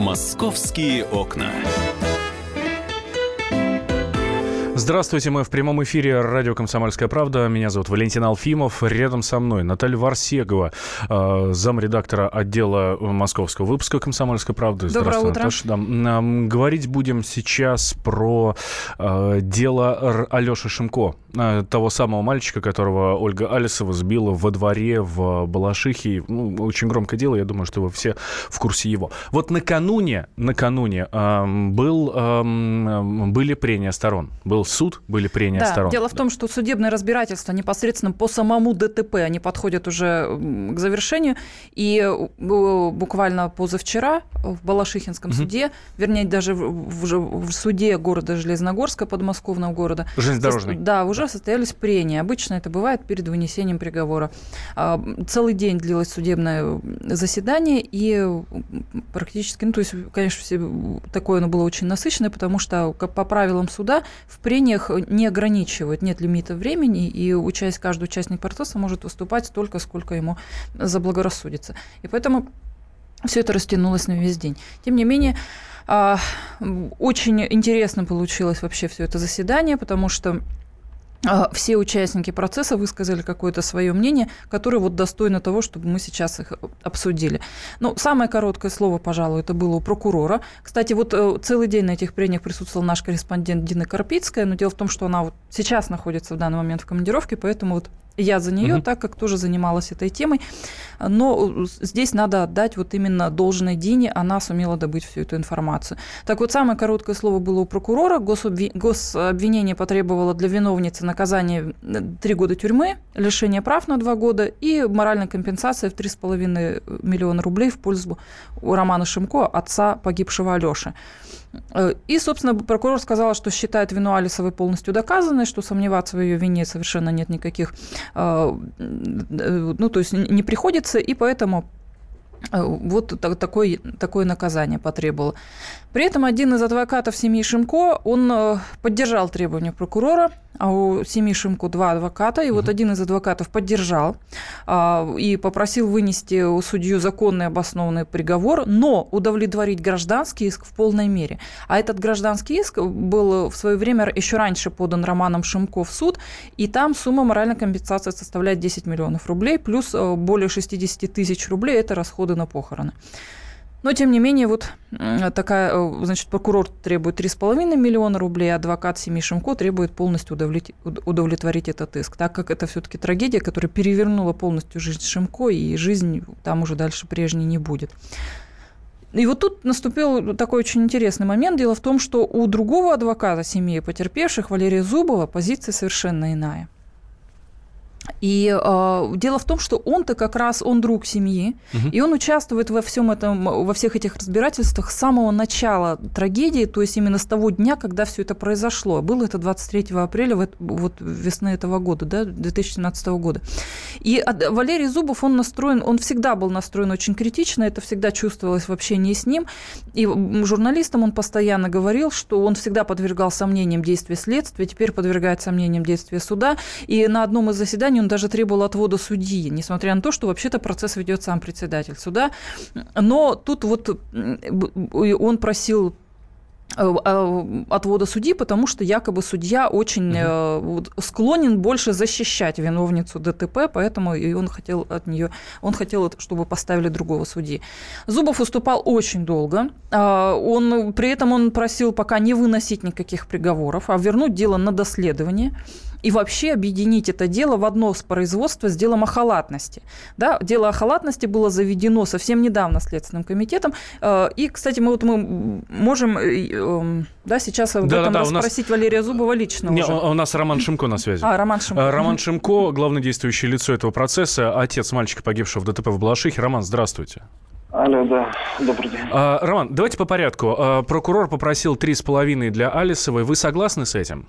«Московские окна». Здравствуйте, мы в прямом эфире радио «Комсомольская правда». Меня зовут Валентин Алфимов. Рядом со мной Наталья Варсегова, замредактора отдела московского выпуска «Комсомольской правды». Доброе утро. Наташа. Да. Говорить будем сейчас про дело Алёши Шимко, того самого мальчика, которого Ольга Алисова сбила во дворе в Балашихе. Очень громкое дело, я думаю, что вы все в курсе его. Вот накануне были прения сторон. Был суд, были прения сторон. Дело в том, что судебное разбирательство непосредственно по самому ДТП, они подходят уже к завершению, и буквально позавчера в Балашихинском суде, вернее, даже в суде города Железногорска, подмосковного города, железнодорожный. Уже состоялись прения. Обычно это бывает перед вынесением приговора. Целый день длилось судебное заседание, и практически, конечно, такое оно было очень насыщенное, потому что по правилам суда в прениях не ограничивают, нет лимита времени, и каждый участник процесса может выступать столько, сколько ему заблагорассудится. И поэтому все это растянулось на весь день. Тем не менее, очень интересно получилось вообще все это заседание, потому что все участники процесса высказали какое-то свое мнение, которое достойно того, чтобы мы сейчас их обсудили. Самое короткое слово, пожалуй, это было у прокурора. Кстати, целый день на этих прениях присутствовал наш корреспондент Дина Карпицкая, но дело в том, что она сейчас находится в данный момент в командировке, поэтому я за нее, так как тоже занималась этой темой. Но здесь надо отдать именно должное Дине, она сумела добыть всю эту информацию. Так самое короткое слово было у прокурора. Гособвинение потребовало для виновницы наказание 3 года тюрьмы, лишение прав на 2 года и моральная компенсация в 3,5 миллиона рублей в пользу Романа Шимко, отца погибшего Алёши. И, собственно, прокурор сказала, что считает вину Алисовой полностью доказанной, что сомневаться в ее вине совершенно нет никаких, то есть не приходится, и поэтому такое наказание потребовало. При этом один из адвокатов семьи Шимко, он поддержал требования прокурора, а у семьи Шимко 2 адвоката, и один из адвокатов поддержал и попросил вынести у судью законный обоснованный приговор, но удовлетворить гражданский иск в полной мере. А этот гражданский иск был в свое время еще раньше подан Романом Шимко в суд, и там сумма моральной компенсации составляет 10 миллионов рублей, плюс более 60 тысяч рублей – это расходы на похороны. Но, тем не менее, прокурор требует 3,5 миллиона рублей, а адвокат семьи Шимко требует полностью удовлетворить этот иск, так как это все-таки трагедия, которая перевернула полностью жизнь Шимко, и жизнь там уже дальше прежней не будет. И тут наступил такой очень интересный момент. Дело в том, что у другого адвоката семьи потерпевших, Валерия Зубова, позиция совершенно иная. И дело в том, что он друг семьи, и он участвует во всех этих разбирательствах с самого начала трагедии, то есть именно с того дня, когда все это произошло. Было это 23 апреля весны этого года, 2017 года. И Валерий Зубов, он всегда был настроен очень критично, это всегда чувствовалось в общении с ним. И журналистам он постоянно говорил, что он всегда подвергал сомнениям действия следствия, теперь подвергает сомнениям действия суда. И на одном из заседаний он даже требовал отвода судьи, несмотря на то, что вообще-то процесс ведет сам председатель суда. Но тут он просил отвода судьи, потому что якобы судья очень склонен больше защищать виновницу ДТП, поэтому и он хотел, чтобы поставили другого судьи. Зубов выступал очень долго. При этом он просил пока не выносить никаких приговоров, а вернуть дело на доследование. И вообще объединить это дело в одно производство с делом о халатности. Дело о халатности было заведено совсем недавно Следственным комитетом. И, кстати, мы можем сейчас об этом расспросить Валерия Зубова лично. У нас Роман Шимко на связи. Роман Шимко. Роман Шимко, главное действующее лицо этого процесса, отец мальчика, погибшего в ДТП в Балашихе. Роман, здравствуйте. Алло, да, добрый день. Роман, давайте по порядку. Прокурор попросил 3,5 для Алисовой. Вы согласны с этим?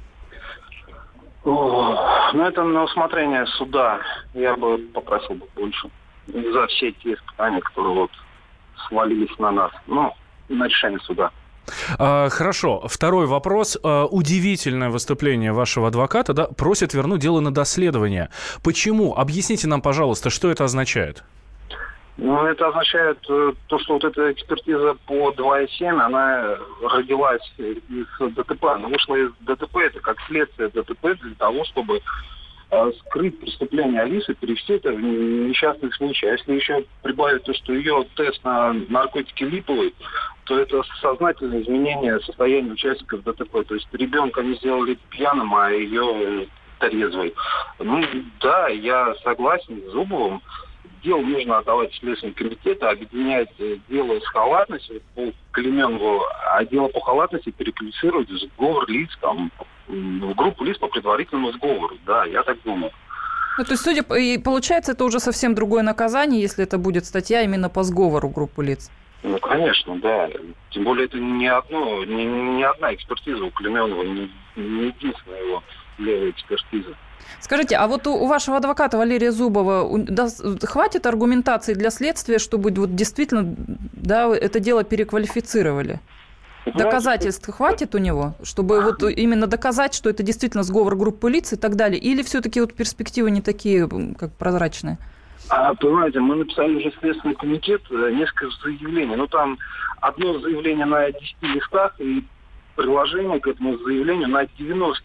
Это на усмотрение суда. Я бы попросил больше. За все те испытания, которые свалились на нас. На решение суда. Хорошо. Второй вопрос. Удивительное выступление вашего адвоката, просит вернуть дело на доследование. Почему? Объясните нам, пожалуйста, что это означает. Ну, это означает то, что вот эта экспертиза по 2,7, она родилась из ДТП. Она вышла из ДТП, это как следствие ДТП для того, чтобы скрыть преступление Алисы, перевести это в несчастный случай. А если еще прибавить то, что ее тест на наркотики липовый, то это сознательное изменение состояния участников ДТП. То есть ребенка они сделали пьяным, а ее трезвой. Ну, да, я согласен с Зубовым. Дело нужно отдавать в Следственный комитет, объединять дело с халатностью по Клейменову, а дело по халатности переквалифицировать в сговор лиц, там, в группу лиц по предварительному сговору. Да, я так думаю. Ну, то есть, и получается, это уже совсем другое наказание, если это будет статья именно по сговору группы лиц. Ну, конечно, да. Тем более, это не одна экспертиза у Клейменова, не единственная его левая экспертиза. Скажите, а вот у вашего адвоката Валерия Зубова хватит аргументации для следствия, чтобы вот действительно это дело переквалифицировали? Доказательств хватит у него, чтобы вот именно доказать, что это действительно сговор группы лиц и так далее? Или все-таки вот перспективы не такие, как прозрачные? Понимаете, мы написали уже в Следственный комитет несколько заявлений. Ну, там одно заявление на 10 листах и приложение к этому заявлению на 90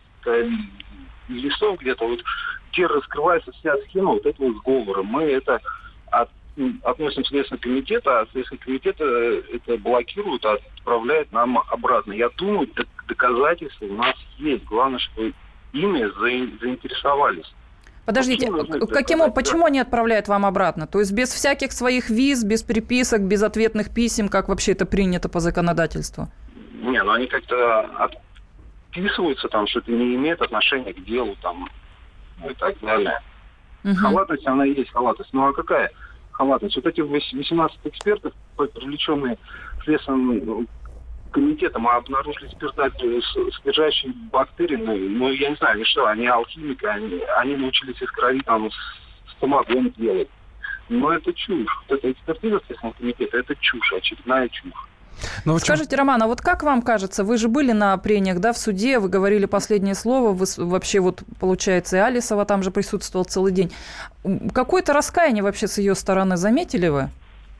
листов где-то, вот, где раскрывается вся схема вот этого сговора. Мы это относим в Следственный комитет, а Следственный комитет это блокирует, отправляет нам обратно. Я думаю, доказательства у нас есть. Главное, чтобы ими заинтересовались. Подождите, почему они отправляют вам обратно? То есть без всяких своих виз, без переписок, без ответных писем, как вообще это принято по законодательству? Не, ну они как-то отписываются, там, что это не имеет отношения к делу, там, и так далее. Халатность, она и есть халатность. Ну а какая халатность? Вот эти 18 экспертов, привлеченные Следственным комитетом, обнаружили спиртозу, содержащие бактерии, ну, я не знаю, они что, они алхимики, они научились из крови там самогон делать. Но это чушь. Вот эта экспертиза Следственного комитета, это чушь, очередная чушь. Скажите, Роман, а вот как вам кажется, вы же были на прениях, в суде, вы говорили последнее слово, вы вообще вот, получается, и Алисова там же присутствовала целый день. Какое-то раскаяние вообще с ее стороны заметили вы?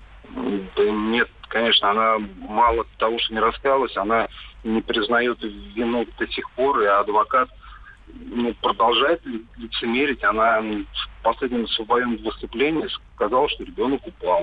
Да нет, конечно, она мало того, что не раскаялась, она не признает вину до сих пор, и адвокат продолжает лицемерить. Она в последнем своем выступлении сказала, что ребенок упал.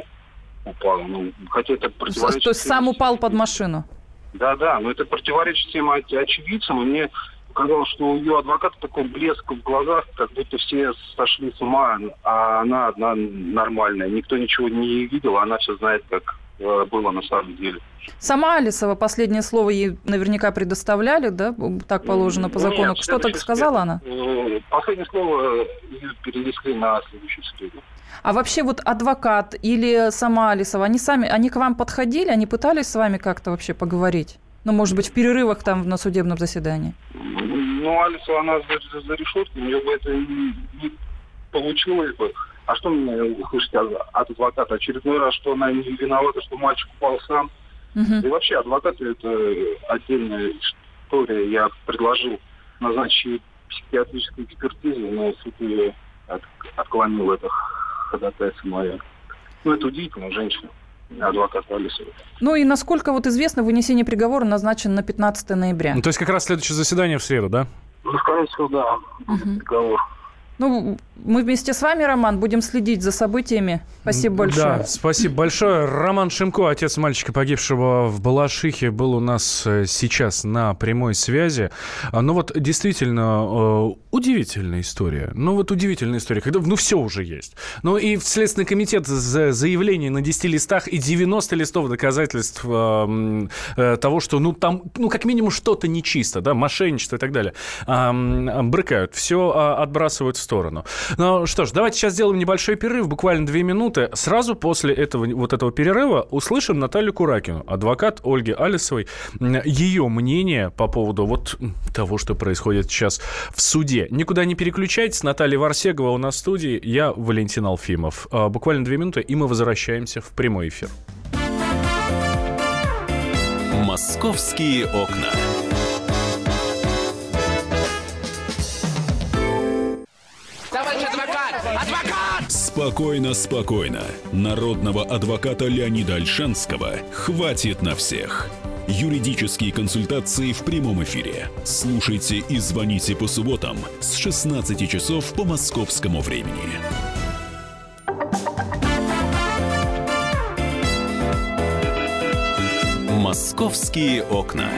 Ну, хотя это противоречит... То есть сам упал под машину? Да, но это противоречит всем очевидцам. И мне показалось, что у ее адвоката такой блеск в глазах, как будто все сошли с ума, а она одна нормальная. Никто ничего не видел, а она все знает, как было на самом деле. Сама Алисова последнее слово ей наверняка предоставляли, да? Так положено по закону. Нет, что так сказала она? Последнее слово ее перенесли на следующую среду. А вообще вот адвокат или сама Алисова, они к вам подходили, они пытались с вами как-то вообще поговорить? Ну, может быть, в перерывах там на судебном заседании? Ну, Алисова, она за решеткой, у нее бы это не получилось бы. А что мне услышать от адвоката? Очередной раз, что она не виновата, что мальчик упал сам. И вообще, адвокаты – это отдельная история. Я предложил назначить психиатрическую экспертизу, но суд ее отклонил это ходатайство мое. Ну, это удивительно, женщина, адвокат Алисова. Ну и насколько вот известно, вынесение приговора назначено на 15 ноября. Ну, то есть как раз следующее заседание в среду, да? Ну, скорее всего, да, приговор. Ну, мы вместе с вами, Роман, будем следить за событиями. Спасибо большое. Да, спасибо большое. Роман Шимко, отец мальчика, погибшего в Балашихе, был у нас сейчас на прямой связи. Ну вот действительно удивительная история. Когда все уже есть. Ну и в Следственный комитет заявление на 10 листах и 90 листов доказательств того, что там как минимум что-то нечисто, да, мошенничество и так далее. Брыкают. Все отбрасывают в сторону. Ну что ж, давайте сейчас сделаем небольшой перерыв, буквально 2 минуты. Сразу после этого перерыва услышим Наталью Куракину, адвокат Ольги Алисовой, ее мнение по поводу того, что происходит сейчас в суде. Никуда не переключайтесь. Наталья Варсегова у нас в студии, я Валентин Алфимов. Буквально 2 минуты, и мы возвращаемся в прямой эфир. «Московские окна». Спокойно, спокойно. Народного адвоката Леонида Ольшанского хватит на всех. Юридические консультации в прямом эфире. Слушайте и звоните по субботам с 16 часов по московскому времени. «Московские окна».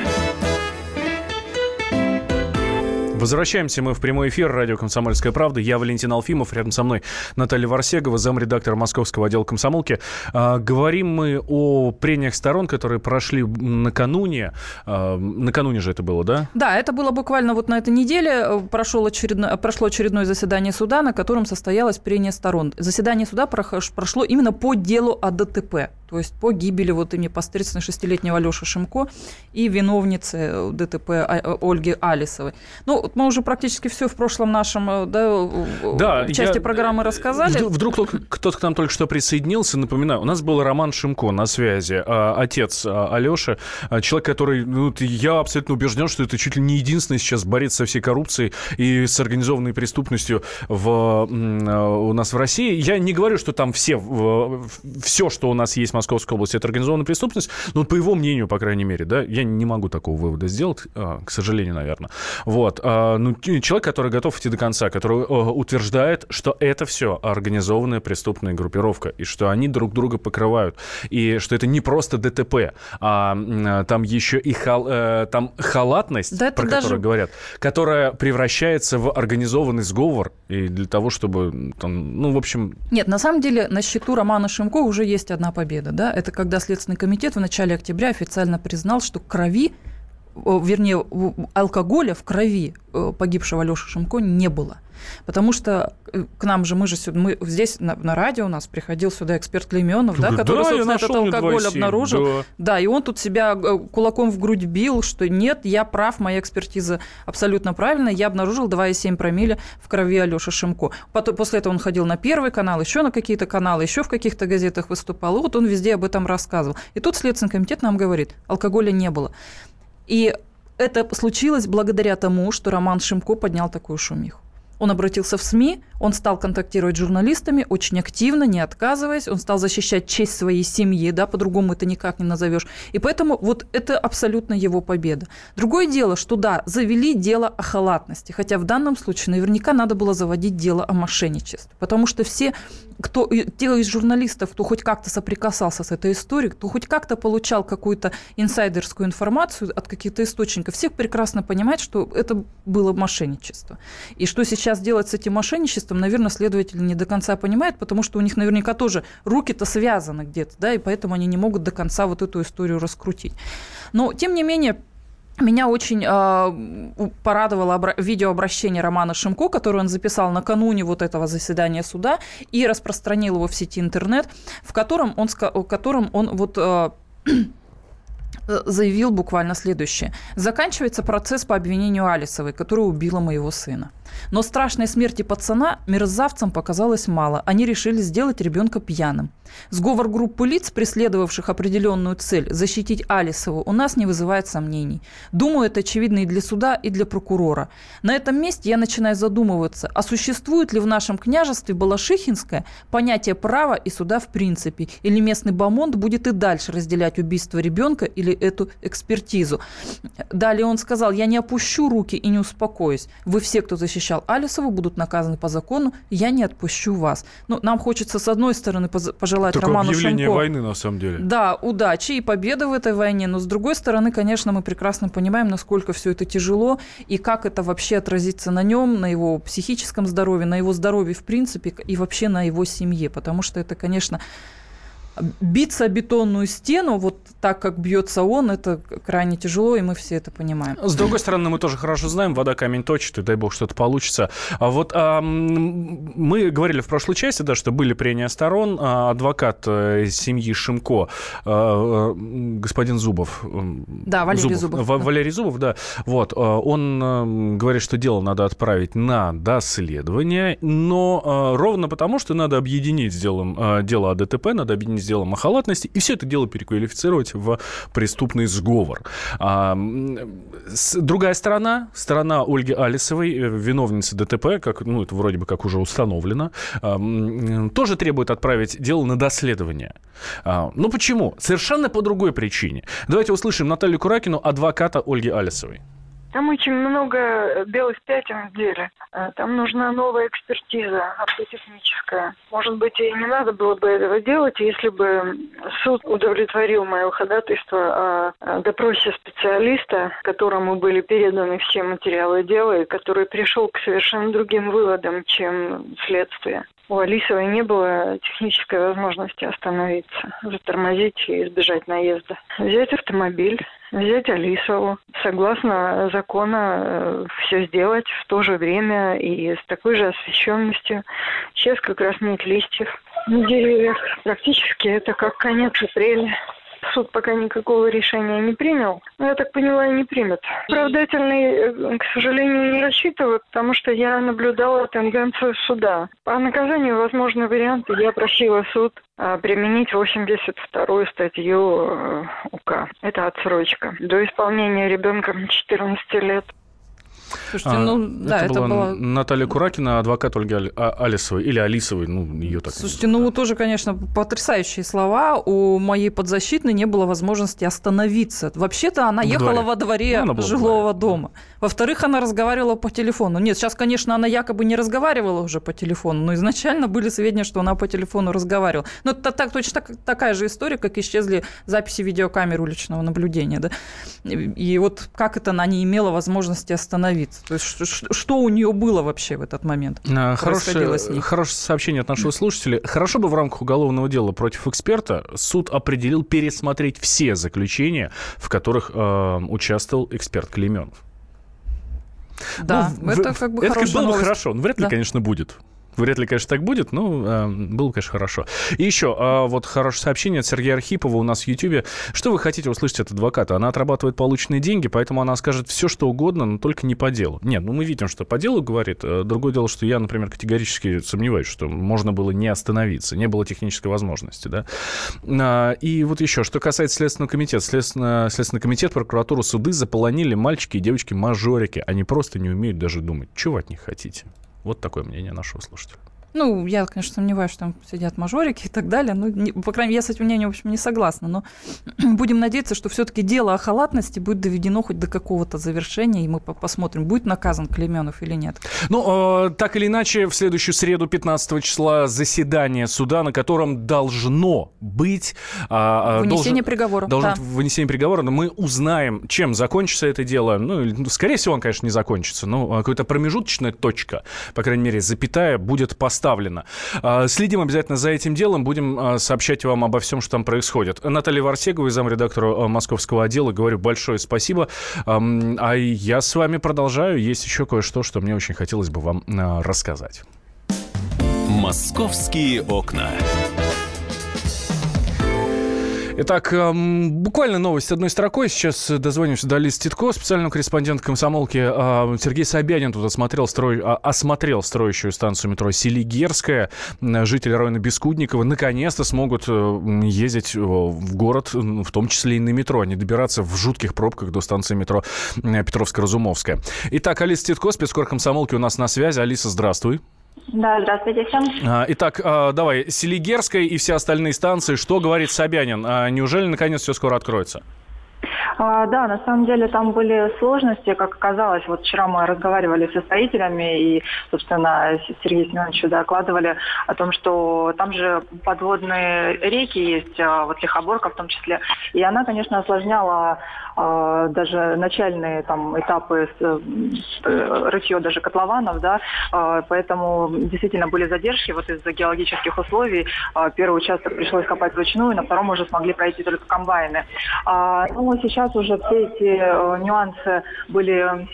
Возвращаемся мы в прямой эфир. Радио «Комсомольская правда». Я Валентин Алфимов. Рядом со мной Наталья Варсегова, замредактора московского отдела «Комсомолки». Говорим мы о прениях сторон, которые прошли накануне. Накануне же это было, да? Да, это было буквально вот на этой неделе. Прошло очередное заседание суда, на котором состоялось прение сторон. Заседание суда прошло именно по делу о ДТП. То есть по гибели вот непосредственно 6-летнего Алёши Шимко и виновницы ДТП Ольги Алисовой. Ну, мы уже практически все в прошлом нашем части программы рассказали. Вдруг кто-то к нам только что присоединился. Напоминаю, у нас был Роман Шимко на связи, отец Алёши, человек, который, я абсолютно убежден, что это чуть ли не единственный сейчас борец со всей коррупцией и с организованной преступностью у нас в России. Я не говорю, что там все, что у нас есть в Московской области, это организованная преступность, но по его мнению, по крайней мере, да, я не могу такого вывода сделать, к сожалению, наверное. Вот. Человек, который готов идти до конца, который утверждает, что это все организованная преступная группировка, и что они друг друга покрывают, и что это не просто ДТП, а там еще и халатность, да, про которую говорят, которая превращается в организованный сговор, и для того, чтобы, в общем... Нет, на самом деле на счету Романа Шимко уже есть одна победа. Да? Это когда Следственный комитет в начале октября официально признал, что алкоголя в крови погибшего Алёши Шимко не было. Потому что к нам же, мы здесь на радио у нас приходил сюда эксперт Клейменов, да, который, собственно, этот алкоголь обнаружил. Да, и он тут себя кулаком в грудь бил, что нет, я прав, моя экспертиза абсолютно правильная, я обнаружил 2,7 промилле в крови Алёши Шимко. После этого он ходил на Первый канал, еще на какие-то каналы, еще в каких-то газетах выступал, и вот он везде об этом рассказывал. И тут Следственный комитет нам говорит, алкоголя не было. И это случилось благодаря тому, что Роман Шимко поднял такую шумиху. Он обратился в СМИ, он стал контактировать с журналистами очень активно, не отказываясь, он стал защищать честь своей семьи, да, по-другому это никак не назовешь. И поэтому вот это абсолютно его победа. Другое дело, что да, завели дело о халатности, хотя в данном случае наверняка надо было заводить дело о мошенничестве, потому что те из журналистов, кто хоть как-то соприкасался с этой историей, кто хоть как-то получал какую-то инсайдерскую информацию от каких-то источников, все прекрасно понимают, что это было мошенничество. И что сейчас делать с этим мошенничеством, наверное, следователи не до конца понимают, потому что у них наверняка тоже руки-то связаны где-то, да, и поэтому они не могут до конца вот эту историю раскрутить. Но, тем не менее, меня очень порадовало видеообращение Романа Шимко, которое он записал накануне вот этого заседания суда и распространил его в сети интернет, в котором он заявил буквально следующее. Заканчивается процесс по обвинению Алисовой, которая убила моего сына. Но страшной смерти пацана мерзавцам показалось мало. Они решили сделать ребенка пьяным. Сговор группы лиц, преследовавших определенную цель – защитить Алисову, у нас не вызывает сомнений. Думаю, это очевидно и для суда, и для прокурора. На этом месте я начинаю задумываться, а существует ли в нашем княжестве Балашихинское понятие права и суда в принципе, или местный бомонд будет и дальше разделять убийство ребенка или эту экспертизу. Далее он сказал: я не опущу руки и не успокоюсь. Вы все, кто защищал Алисову, будут наказаны по закону, я не отпущу вас. Ну, нам хочется, с одной стороны, пожелать такое Роману объявление Шимко войны, на самом деле. Да, удачи и победы в этой войне, но с другой стороны, конечно, мы прекрасно понимаем, насколько все это тяжело и как это вообще отразится на нем, на его психическом здоровье, на его здоровье в принципе и вообще на его семье, потому что это, конечно, биться о бетонную стену, вот так, как бьется он, это крайне тяжело, и мы все это понимаем. С другой стороны, мы тоже хорошо знаем, вода камень точит, и дай бог что-то получится. Мы говорили в прошлой части, да, что были прения сторон. Адвокат семьи Шимко, господин Зубов. Да, Валерий Зубов. Валерий Зубов, да. Вот, он говорит, что дело надо отправить на доследование, но ровно потому, что надо объединить дело о ДТП, надо объединить делом о халатности и все это дело переквалифицировать в преступный сговор. Другая сторона Ольги Алисовой, виновницы ДТП, как, это вроде бы как уже установлено, тоже требует отправить дело на доследование. Но почему? Совершенно по другой причине. Давайте услышим Наталью Куракину, адвоката Ольги Алисовой. Там очень много белых пятен в деле. Там нужна новая экспертиза автотехническая. Может быть, и не надо было бы этого делать, если бы суд удовлетворил мое ходатайство о допросе специалиста, которому были переданы все материалы дела, и который пришел к совершенно другим выводам, чем следствие. У Алисовой не было технической возможности остановиться, затормозить и избежать наезда. Взять автомобиль, взять Алисову, согласно закону все сделать в то же время и с такой же освещенностью. Сейчас как раз нет листьев на деревьях. Практически это как конец апреля. Суд пока никакого решения не принял. Но, я так поняла, и не примет. Оправдательный, к сожалению, не рассчитываю, потому что я наблюдала тенденцию суда. По наказанию возможны варианты. Я просила суд применить 82-ю статью УК. Это отсрочка. До исполнения ребенком 14 лет. Слушайте, это была Наталья Куракина, адвокат Ольги Алисовой, или Алисовой, ее так. Слушайте, тоже, конечно, потрясающие слова. У моей подзащитной не было возможности остановиться. Вообще-то она ехала во дворе жилого дома. Во-вторых, она разговаривала по телефону. Нет, сейчас, конечно, она якобы не разговаривала уже по телефону, но изначально были сведения, что она по телефону разговаривала. Но это точно такая же история, как исчезли записи видеокамер уличного наблюдения. Да? И вот как это она не имела возможности остановиться? То есть что у нее было вообще в этот момент? Хорошее сообщение от нашего слушателя. Хорошо бы в рамках уголовного дела против эксперта суд определил пересмотреть все заключения, в которых участвовал эксперт Клейменов. Да, это как бы хорошая было бы новость. хорошо, но вряд ли, конечно, будет. Вряд ли, конечно, так будет, но было, конечно, хорошо. И еще вот хорошее сообщение от Сергея Архипова у нас в Ютьюбе. Что вы хотите услышать от адвоката? Она отрабатывает полученные деньги, поэтому она скажет все, что угодно, но только не по делу. Нет, мы видим, что по делу говорит. Другое дело, что я, например, категорически сомневаюсь, что можно было не остановиться. Не было технической возможности, да. И вот еще, что касается Следственного комитета. Следственный комитет, прокуратуру, суды заполонили мальчики и девочки-мажорики. Они просто не умеют даже думать. Чего вы от них хотите? Вот такое мнение нашего слушателя. Я, конечно, сомневаюсь, что там сидят мажорики и так далее. По крайней мере, я с этим мнением, в общем, не согласна. Но будем надеяться, что все-таки дело о халатности будет доведено хоть до какого-то завершения, и мы посмотрим, будет наказан Клейменов или нет. Так или иначе, в следующую среду, 15 числа, заседание суда, на котором должно быть... Вынесение приговора. Вынесение приговора, но мы узнаем, чем закончится это дело. Скорее всего, он, конечно, не закончится, но какая-то промежуточная точка, по крайней мере, запятая, будет поставлена. Следим обязательно за этим делом, будем сообщать вам обо всем, что там происходит. Наталья Варсегова, замредактора московского отдела, говорю большое спасибо. А я с вами продолжаю. Есть еще кое-что, что мне очень хотелось бы вам рассказать. «Московские окна». Итак, буквально новость одной строкой. Сейчас дозвонимся до Лизы Титко, специального корреспондента «Комсомолки». Сергей Собянин тут осмотрел строящую станцию метро Селигерская. Жители района Бескудниково наконец-то смогут ездить в город, в том числе и на метро, а не добираться в жутких пробках до станции метро Петровско-Разумовская. Итак, Алиса Титко, спецкор «Комсомолки» у нас на связи. Алиса, здравствуй. Да, здравствуйте всем. Итак, давай, Селигерская и все остальные станции. Что говорит Собянин? Неужели, наконец, все скоро откроется? Да, на самом деле там были сложности, как оказалось. Вот вчера мы разговаривали со строителями и, собственно, Сергею Семеновичу докладывали о том, что там же подводные реки есть, вот Лихоборка в том числе. И она, конечно, осложняла даже начальные там этапы рытья даже котлованов, да, поэтому действительно были задержки вот из-за геологических условий. Первый участок пришлось копать вручную, на втором уже смогли пройти только комбайны. Сейчас уже все эти нюансы были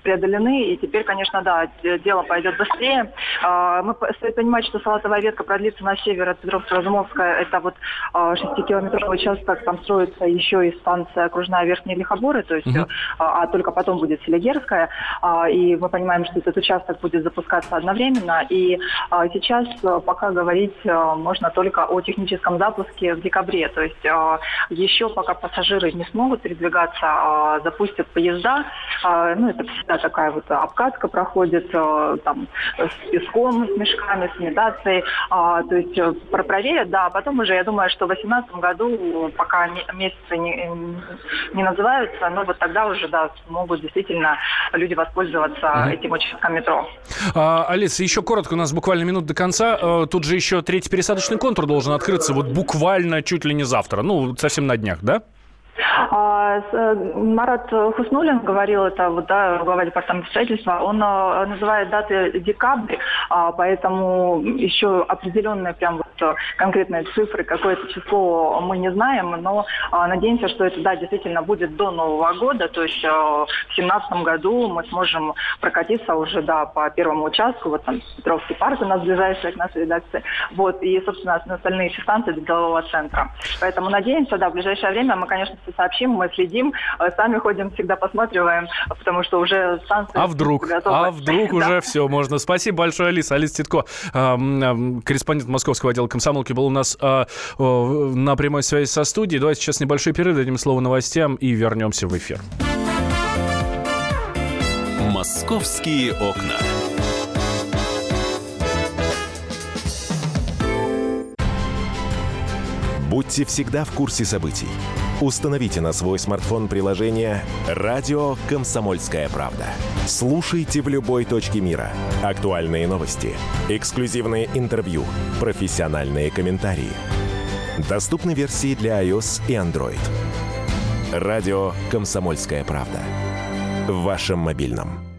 преодолены, и теперь, конечно, да, дело пойдет быстрее. Стоит понимать, что салатовая ветка продлится на север от Петровска-Разумовска. Это вот 6-километровый участок, там строится еще и станция окружная Верхние Лихоборы, то есть, а только потом будет Селигерская. И мы понимаем, что этот участок будет запускаться одновременно. И сейчас пока говорить можно только о техническом запуске в декабре. То есть еще пока пассажиры не смогут передвигаться, запустят поезда. Ну, это всегда такая вот обкатка проходит там, с песком, с мешками, с имитацией. То есть проверят, да. А потом уже, я думаю, что в 2018 году, пока месяцы не называются, но вот тогда уже, да, смогут действительно люди воспользоваться этим участком метро. Алиса, еще коротко, у нас буквально минут до конца. Тут же еще третий пересадочный контур должен открыться вот буквально чуть ли не завтра. Ну, совсем на днях, да? Марат Хуснуллин говорил, это вот, да, глава департамента строительства, он называет даты декабрь, поэтому еще определенные прям вот конкретные цифры, какое-то число мы не знаем, но надеемся, что это, да, действительно будет до Нового года, то есть в 2017 году мы сможем прокатиться уже, да, по первому участку, вот там Петровский парк у нас ближайший к нашей редакции, вот, и, собственно, остальные все станции до делового центра. Поэтому надеемся, да, в ближайшее время мы, конечно, сообщим, мы следим, сами ходим, всегда посматриваем, потому что уже станции... А вдруг уже все можно. Спасибо большое, Алиса. Алиса Титко, корреспондент Московского отдела комсомолки, был у нас на прямой связи со студией. Давайте сейчас небольшой перерыв, дадим слово новостям и вернемся в эфир. «Московские окна». Будьте всегда в курсе событий. Установите на свой смартфон приложение «Радио Комсомольская правда». Слушайте в любой точке мира. Актуальные новости, эксклюзивные интервью, профессиональные комментарии. Доступны версии для iOS и Android. «Радио Комсомольская правда». В вашем мобильном.